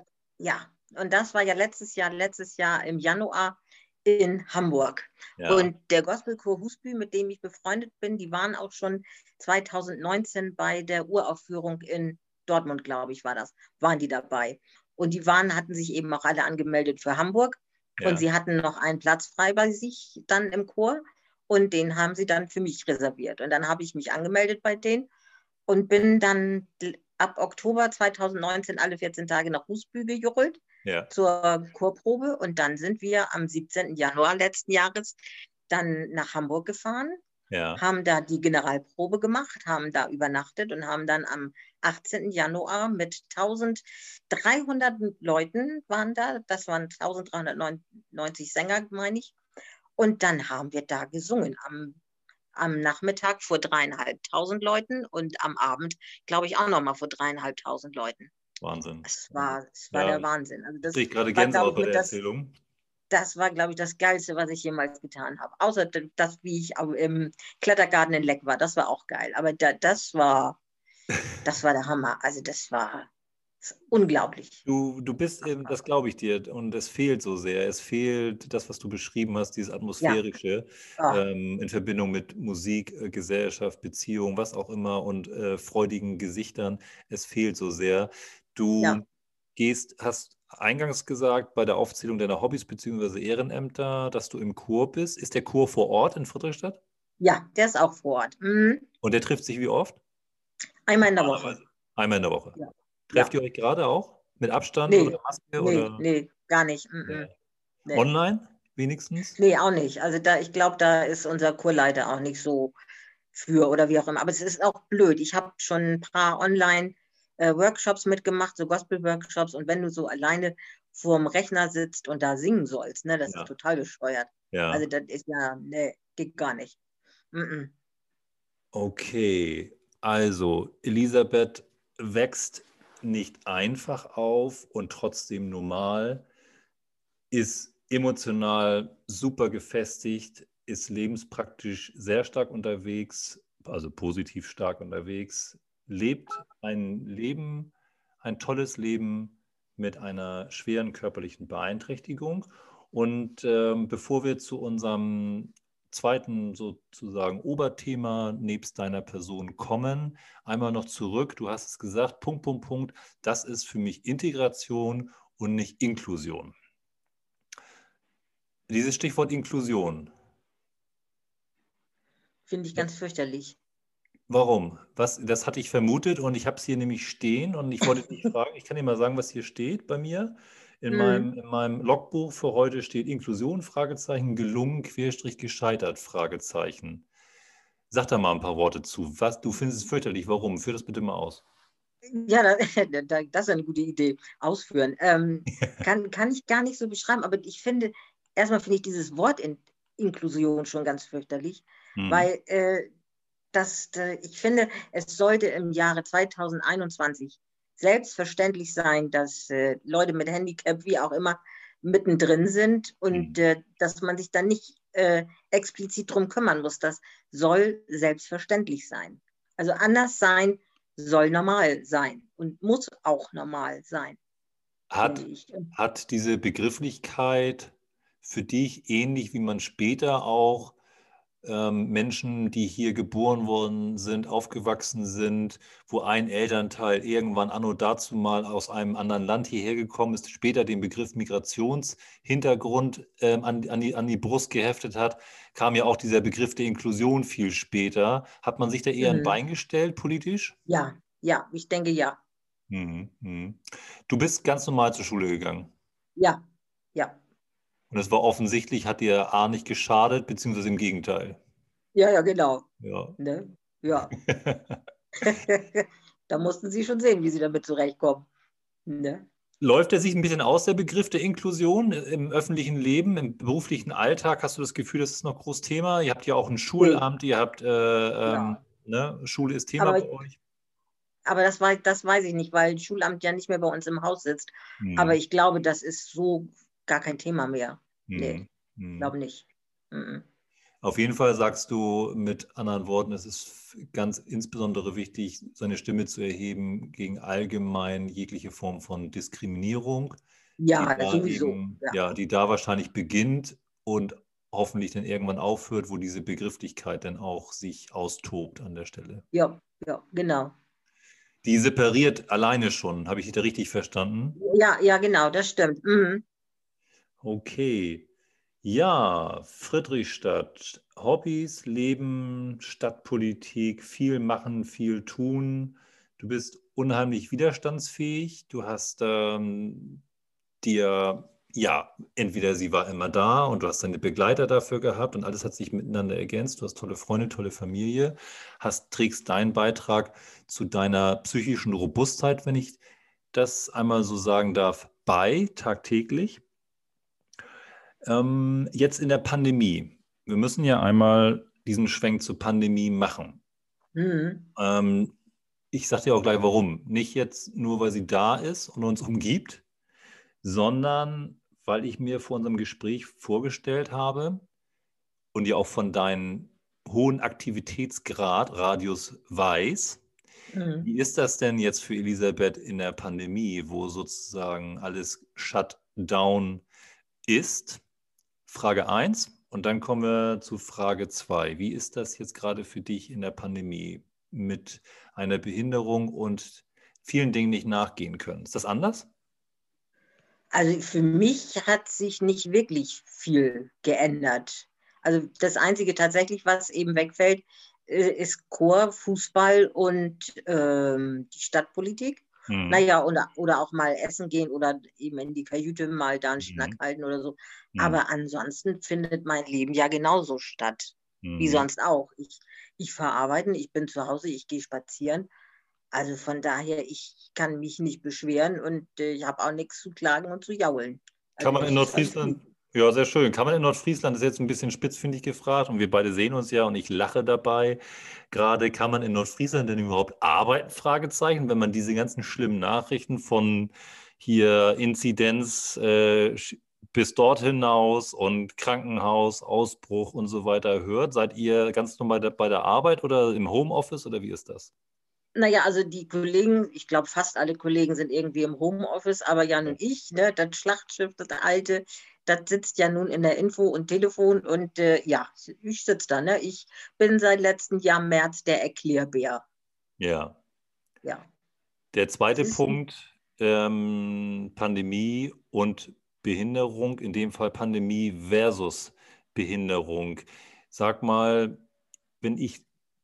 Ja, und das war ja letztes Jahr, letztes Jahr im Januar in Hamburg. ja, Und der Gospelchor Husby, mit dem ich befreundet bin, die waren auch schon zwanzig neunzehn bei der Uraufführung in Dortmund, glaube ich, war das, waren die dabei. Und die waren, hatten sich eben auch alle angemeldet für Hamburg. Und ja. sie hatten noch einen Platz frei bei sich dann im Chor. Und den haben sie dann für mich reserviert. Und dann habe ich mich angemeldet bei denen und bin dann ab Oktober zwanzig neunzehn alle vierzehn Tage nach Husby gejurrt Ja, zur Chorprobe und dann sind wir am siebzehnten Januar letzten Jahres dann nach Hamburg gefahren, ja, haben da die Generalprobe gemacht, haben da übernachtet und haben dann am achtzehnten Januar mit eintausenddreihundert Leuten waren da, das waren eintausenddreihundertneunzig Sänger, meine ich, und dann haben wir da gesungen am am Nachmittag vor dreieinhalbtausend Leuten und am Abend, glaube ich, auch nochmal vor dreieinhalbtausend Leuten. Wahnsinn. Es war, es war Ja, der ich Wahnsinn. Also das kriege gerade war, glaube Gänsehaut ich, bei mit der das, Erzählung. das war, glaube ich, das Geilste, was ich jemals getan habe. Außer das, wie ich im Klettergarten in Leck war. Das war auch geil. Aber da, das war, das war der Hammer. Also das war unglaublich. Du, du bist, eben, das glaube ich dir, und es fehlt so sehr. Es fehlt das, was du beschrieben hast, dieses Ja, Atmosphärische oh, ähm, in Verbindung mit Musik, äh, Gesellschaft, Beziehung, was auch immer und äh, freudigen Gesichtern. Es fehlt so sehr. ja, Du gehst, hast eingangs gesagt, bei der Aufzählung deiner Hobbys bzw. Ehrenämter, dass du im Chor bist. Ist der Chor vor Ort in Friedrichstadt? ja, der ist auch vor Ort. Mhm. Und der trifft sich wie oft? Einmal in der Woche. Normalerweise. Einmal in der Woche. Ja, Trefft ja. ihr euch gerade auch? Mit Abstand oder Nee, Maske nee, oder? nee, gar nicht. Ja. Mhm. Nee. Online wenigstens? Nee, auch nicht. Also da, ich glaube, da ist unser Chorleiter auch nicht so für oder wie auch immer. Aber es ist auch blöd. Ich habe schon ein paar Online-Workshops mitgemacht, so Gospel-Workshops. Und wenn du so alleine vorm Rechner sitzt und da singen sollst, ne, das ist Ja. total bescheuert. Also Ja. das ist ja, nee, geht gar nicht. Mhm. Okay. Also, Elisabeth wächst nicht einfach auf und trotzdem normal, ist emotional super gefestigt, ist lebenspraktisch sehr stark unterwegs, also positiv stark unterwegs, lebt ein Leben, ein tolles Leben mit einer schweren körperlichen Beeinträchtigung. Und ähm, bevor wir zu unserem zweiten sozusagen Oberthema nebst deiner Person kommen, einmal noch zurück. Du hast es gesagt, Punkt, Punkt, Punkt. Das ist für mich Integration und nicht Inklusion. Dieses Stichwort Inklusion. Finde ich ganz fürchterlich. Warum? Was, das hatte ich vermutet und ich habe es hier nämlich stehen und ich wollte dich fragen, ich kann dir mal sagen, was hier steht bei mir. In meinem, Mhm. in meinem Logbuch für heute steht Inklusion, Fragezeichen, gelungen, Querstrich, gescheitert, Fragezeichen. Sag da mal ein paar Worte zu. Was, du findest es fürchterlich. Warum? Führ das bitte mal aus. Ja, da, da, das ist eine gute Idee. Ausführen. Ähm, kann, kann ich gar nicht so beschreiben, aber ich finde, erstmal finde ich dieses Wort in, Inklusion schon ganz fürchterlich, Mhm. weil äh, das, äh, ich finde, es sollte im Jahre zweitausendeinundzwanzig selbstverständlich sein, dass äh, Leute mit Handicap, wie auch immer, mittendrin sind und Mhm. äh, dass man sich dann nicht äh, explizit drum kümmern muss. Das soll selbstverständlich sein. Also anders sein soll normal sein und muss auch normal sein, finde Hat, ich. hat diese Begrifflichkeit für dich ähnlich wie man später auch ähm, Menschen, die hier geboren worden sind, aufgewachsen sind, wo ein Elternteil irgendwann anno dazu mal aus einem anderen Land hierher gekommen ist, später den Begriff Migrationshintergrund ähm, an, an die, an die Brust geheftet hat, kam ja auch dieser Begriff der Inklusion viel später. Hat man sich da eher ein Mhm. Bein gestellt politisch? Ja, ja, ich denke ja. Mhm. Mhm. Du bist ganz normal zur Schule gegangen. Ja, ja, Und es war offensichtlich, hat dir A nicht geschadet, beziehungsweise im Gegenteil. ja, ja, genau. Ja. Ne? Ja. Da mussten sie schon sehen, wie sie damit zurechtkommen. Ne? Läuft er sich ein bisschen aus, der Begriff der Inklusion im öffentlichen Leben, im beruflichen Alltag? Hast du das Gefühl, das ist noch groß Thema? Ihr habt ja auch ein Nee, Schulamt, ihr habt, äh, ähm, ja. ne, Schule ist Thema Aber, bei euch. aber das, war, das weiß ich nicht, weil das Schulamt ja nicht mehr bei uns im Haus sitzt. Aber Hm, ich glaube, das ist so gar kein Thema mehr. Nee, hm, hm. glaube nicht. Mhm. Auf jeden Fall sagst du mit anderen Worten, es ist ganz insbesondere wichtig, seine Stimme zu erheben gegen allgemein jegliche Form von Diskriminierung, die Ja, da sowieso. eben, Ja, ja, die da wahrscheinlich beginnt und hoffentlich dann irgendwann aufhört, wo diese Begrifflichkeit dann auch sich austobt an der Stelle. ja, ja, genau. Die separiert alleine schon, habe ich dich da richtig verstanden? Ja, ja, genau, das stimmt. Mhm. Okay. Ja, Friedrichstadt. Hobbys, Leben, Stadtpolitik, viel machen, viel tun. Du bist unheimlich widerstandsfähig. Du hast ähm, dir, ja, entweder sie war immer da und du hast deine Begleiter dafür gehabt und alles hat sich miteinander ergänzt. Du hast tolle Freunde, tolle Familie, hast, trägst deinen Beitrag zu deiner psychischen Robustheit, wenn ich das einmal so sagen darf, bei, tagtäglich. Ähm, jetzt in der Pandemie. Wir müssen ja einmal diesen Schwenk zur Pandemie machen. Mhm. Ähm, ich sage dir auch gleich warum. Nicht jetzt nur, weil sie da ist und uns umgibt, sondern weil ich mir vor unserem Gespräch vorgestellt habe und ja auch von deinem hohen Aktivitätsgrad, Radius weiß. Mhm. Wie ist das denn jetzt für Elisabeth in der Pandemie, wo sozusagen alles shut down ist? Frage eins und dann kommen wir zu Frage zwei. Wie ist das jetzt gerade für dich in der Pandemie mit einer Behinderung und vielen Dingen nicht nachgehen können? Ist das anders? Also für mich hat sich nicht wirklich viel geändert. Also das Einzige tatsächlich, was eben wegfällt, äh, ist Chor, Fußball und ähm, die Stadtpolitik. Mhm. Naja, oder, oder auch mal essen gehen oder eben in die Kajüte mal da einen Schnack Mhm. halten oder so. Mhm. Aber ansonsten findet mein Leben ja genauso statt, wie Mhm. sonst auch. Ich, ich fahre arbeiten, ich bin zu Hause, ich gehe spazieren. Also von daher, ich kann mich nicht beschweren und äh, ich habe auch nichts zu klagen und zu jaulen. Kann Also man in es ist alles Nordfriesland, gut. ja, sehr schön. Kann man in Nordfriesland, das ist jetzt ein bisschen spitzfindig gefragt und wir beide sehen uns ja und ich lache dabei. Gerade kann man in Nordfriesland denn überhaupt arbeiten? Fragezeichen, wenn man diese ganzen schlimmen Nachrichten von hier Inzidenz äh, sch- bis dort hinaus und Krankenhaus, Ausbruch und so weiter hört. Seid ihr ganz normal da- bei der Arbeit oder im Homeoffice oder wie ist das? Naja, also die Kollegen, ich glaube, fast alle Kollegen sind irgendwie im Homeoffice, aber ja nun Ja. ich, ne, das Schlachtschiff, das alte, das sitzt ja nun in der Info und Telefon und äh, ja, ich sitze da, ne? Ich bin seit letztem Jahr März der Erklärbär. Ja. Ja, Der es zweite ist, Punkt, ähm, Pandemie und Behinderung, in dem Fall Pandemie versus Behinderung. Sag mal, wenn ich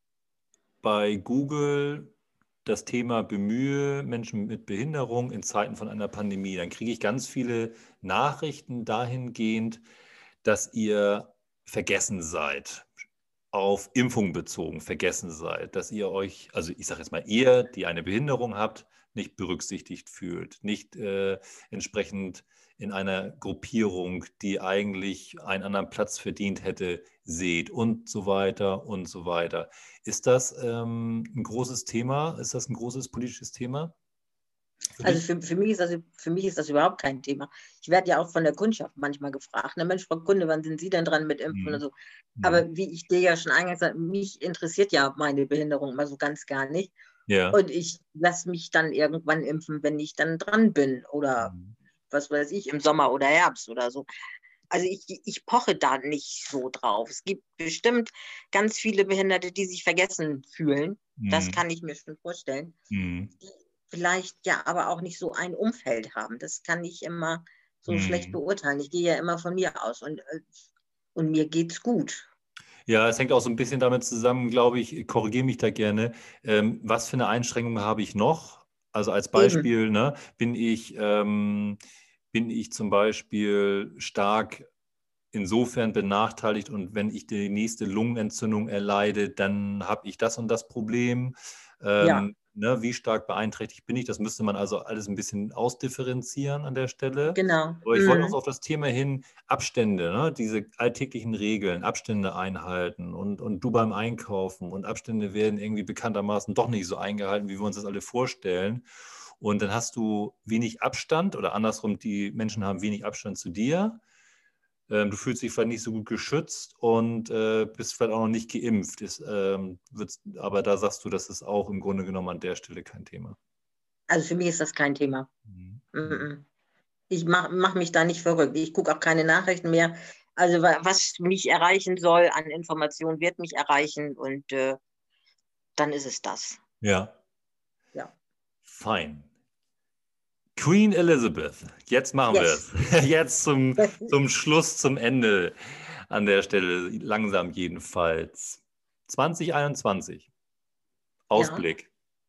bei Google das Thema bemühe, Menschen mit Behinderung in Zeiten von einer Pandemie, dann kriege ich ganz viele Nachrichten dahingehend, dass ihr vergessen seid, auf Impfung bezogen vergessen seid, dass ihr euch, also ich sage jetzt mal, ihr, die eine Behinderung habt, nicht berücksichtigt fühlt, nicht äh, entsprechend in einer Gruppierung, die eigentlich einen anderen Platz verdient hätte, seht und so weiter und so weiter. Ist das ähm, ein großes Thema? Ist das ein großes politisches Thema für Also dich? für, für, mich ist das, für mich ist das überhaupt kein Thema. Ich werde ja auch von der Kundschaft manchmal gefragt, ne, Mensch, Frau Kunde, wann sind Sie denn dran mit Impfen und Mhm. so. Mhm. Aber wie ich dir ja schon eingangs sagte, mich interessiert ja meine Behinderung mal so ganz gar nicht. Ja. Und ich lasse mich dann irgendwann impfen, wenn ich dann dran bin oder Mhm. was weiß ich, im Sommer oder Herbst oder so. Also ich, ich poche da nicht so drauf. Es gibt bestimmt ganz viele Behinderte, die sich vergessen fühlen. Das Mhm. kann ich mir schon vorstellen. Mhm. Die vielleicht ja aber auch nicht so ein Umfeld haben. Das kann ich immer so schlecht Mhm. beurteilen. Ich gehe ja immer von mir aus und, äh, und mir geht's gut. Ja, es hängt auch so ein bisschen damit zusammen, glaube ich, korrigiere mich da gerne, ähm, was für eine Einschränkung habe ich noch? Also als Eben, Beispiel, ne, bin ich, ähm, bin ich zum Beispiel stark insofern benachteiligt und wenn ich die nächste Lungenentzündung erleide, dann habe ich das und das Problem. ja, Ähm, ne, wie stark beeinträchtigt bin ich? Das müsste man also alles ein bisschen ausdifferenzieren an der Stelle. genau. Aber ich wollte noch so Mhm. auf das Thema hin, Abstände, ne? Diese alltäglichen Regeln, Abstände einhalten und, und du beim Einkaufen und Abstände werden irgendwie bekanntermaßen doch nicht so eingehalten, wie wir uns das alle vorstellen. Und dann hast du wenig Abstand oder andersrum, die Menschen haben wenig Abstand zu dir. Ähm, du fühlst dich vielleicht nicht so gut geschützt und äh, bist vielleicht auch noch nicht geimpft. Ist, ähm, wird's, aber da sagst du, das ist auch im Grunde genommen an der Stelle kein Thema. Also für mich ist das kein Thema. Mhm. Mhm. Mhm. Ich mache mach mich da nicht verrückt. Ich gucke auch keine Nachrichten mehr. Also wa- was mich erreichen soll an Informationen, wird mich erreichen und äh, dann ist es das. Ja, Ja. fein. Queen Elizabeth, jetzt machen wir Yes. es. Jetzt zum, zum Schluss, zum Ende an der Stelle, langsam jedenfalls. zwanzig einundzwanzig, Ja. Ausblick,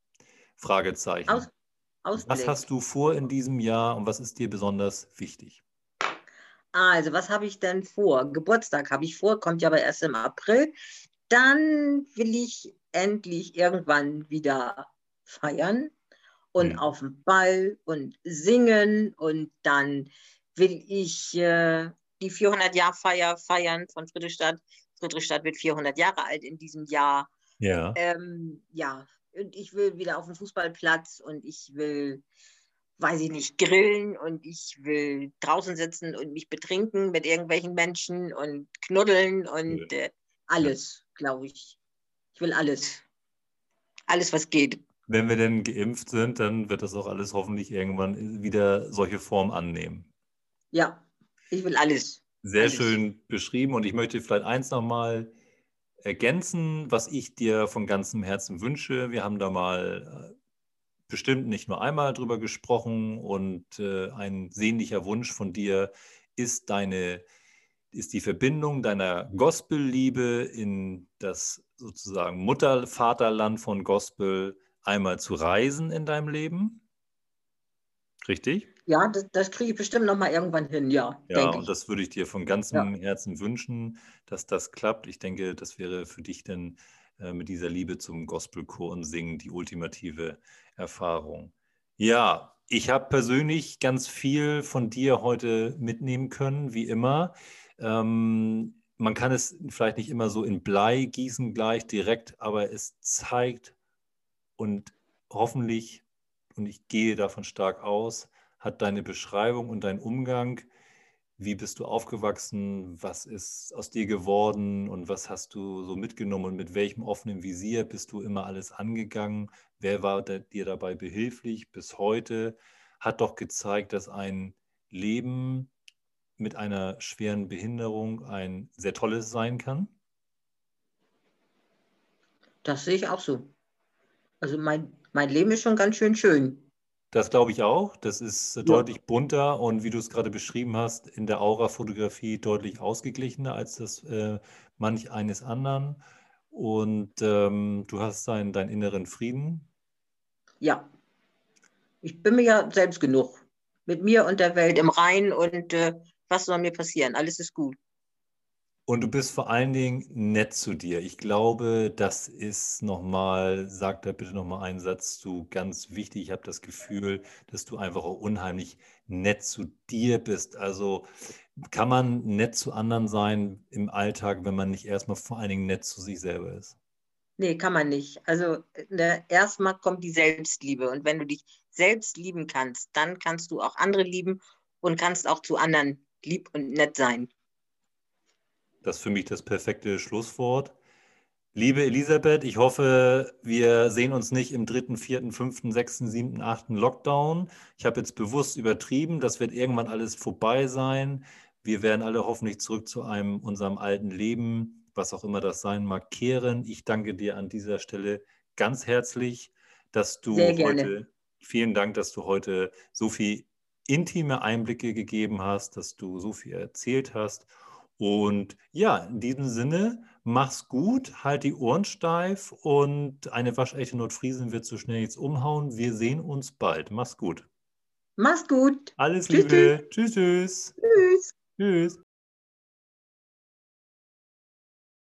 Aus, Fragezeichen. Was Ausblick. hast du vor in diesem Jahr und was ist dir besonders wichtig? Also, was habe ich denn vor? Geburtstag habe ich vor, kommt ja aber erst im April. Dann will ich endlich irgendwann wieder feiern und Mhm. auf dem Ball und singen. Und dann will ich äh, die vierhundert-Jahr-Feier feiern von Friedrichstadt. Friedrichstadt wird vierhundert Jahre alt in diesem Jahr. Ja. Ähm, ja, und ich will wieder auf den Fußballplatz und ich will, weiß ich nicht, grillen und ich will draußen sitzen und mich betrinken mit irgendwelchen Menschen und knuddeln und Cool. äh, Ja. alles, glaube ich. Ich will alles. Alles, was geht. Wenn wir denn geimpft sind, dann wird das auch alles hoffentlich irgendwann wieder solche Form annehmen. Ja, ich will alles. Sehr Alles. schön beschrieben und ich möchte vielleicht eins nochmal ergänzen, was ich dir von ganzem Herzen wünsche. Wir haben da mal äh, bestimmt nicht nur einmal drüber gesprochen und äh, ein sehnlicher Wunsch von dir ist deine, ist die Verbindung deiner Gospelliebe in das sozusagen Mutter-Vaterland von Gospel einmal zu reisen in deinem Leben. Richtig? Ja, das, das kriege ich bestimmt noch mal irgendwann hin. Ja, Ja, denke und ich. das würde ich dir von Ja. ganzem Herzen wünschen, dass das klappt. Ich denke, das wäre für dich dann äh, mit dieser Liebe zum Gospelchor und Singen die ultimative Erfahrung. Ja, ich habe persönlich ganz viel von dir heute mitnehmen können, wie immer. Ähm, man kann es vielleicht nicht immer so in Blei gießen gleich direkt, aber es zeigt und hoffentlich, und ich gehe davon stark aus, hat deine Beschreibung und dein Umgang, wie bist du aufgewachsen, was ist aus dir geworden und was hast du so mitgenommen und mit welchem offenen Visier bist du immer alles angegangen, wer war da, dir dabei behilflich bis heute, hat doch gezeigt, dass ein Leben mit einer schweren Behinderung ein sehr tolles sein kann. Das sehe ich auch so. Also mein, mein Leben ist schon ganz schön schön. Das glaube ich auch. Das ist äh, Ja. deutlich bunter und wie du es gerade beschrieben hast, in der Aura-Fotografie deutlich ausgeglichener als das äh, manch eines anderen. und ähm, du hast deinen, deinen inneren Frieden. Ja, ich bin mir ja selbst genug. Mit mir und der Welt im Reinen und äh, was soll mir passieren? Alles ist gut. Und du bist vor allen Dingen nett zu dir. Ich glaube, das ist nochmal, sag da bitte nochmal einen Satz zu, ganz wichtig. Ich habe das Gefühl, dass du einfach auch unheimlich nett zu dir bist. Also kann man nett zu anderen sein im Alltag, wenn man nicht erstmal vor allen Dingen nett zu sich selber ist? Nee, kann man nicht. Also ne, erstmal kommt die Selbstliebe. Und wenn du dich selbst lieben kannst, dann kannst du auch andere lieben und kannst auch zu anderen lieb und nett sein. Das ist für mich das perfekte Schlusswort. Liebe Elisabeth, ich hoffe, wir sehen uns nicht im dritten, vierten, fünften, sechsten, siebten, achten Lockdown. Ich habe jetzt bewusst übertrieben, das wird irgendwann alles vorbei sein. Wir werden alle hoffentlich zurück zu einem unserem alten Leben, was auch immer das sein mag, kehren. Ich danke dir an dieser Stelle ganz herzlich, dass Sehr du gerne. heute, vielen Dank, dass du heute so viel intime Einblicke gegeben hast, dass du so viel erzählt hast. Und ja, in diesem Sinne, mach's gut, halt die Ohren steif und eine waschechte Nordfriesin wird so schnell nichts umhauen. Wir sehen uns bald. Mach's gut. Mach's gut. Alles Tschüss, tschüss, Liebe. Tschüss, tschüss. tschüss. Tschüss.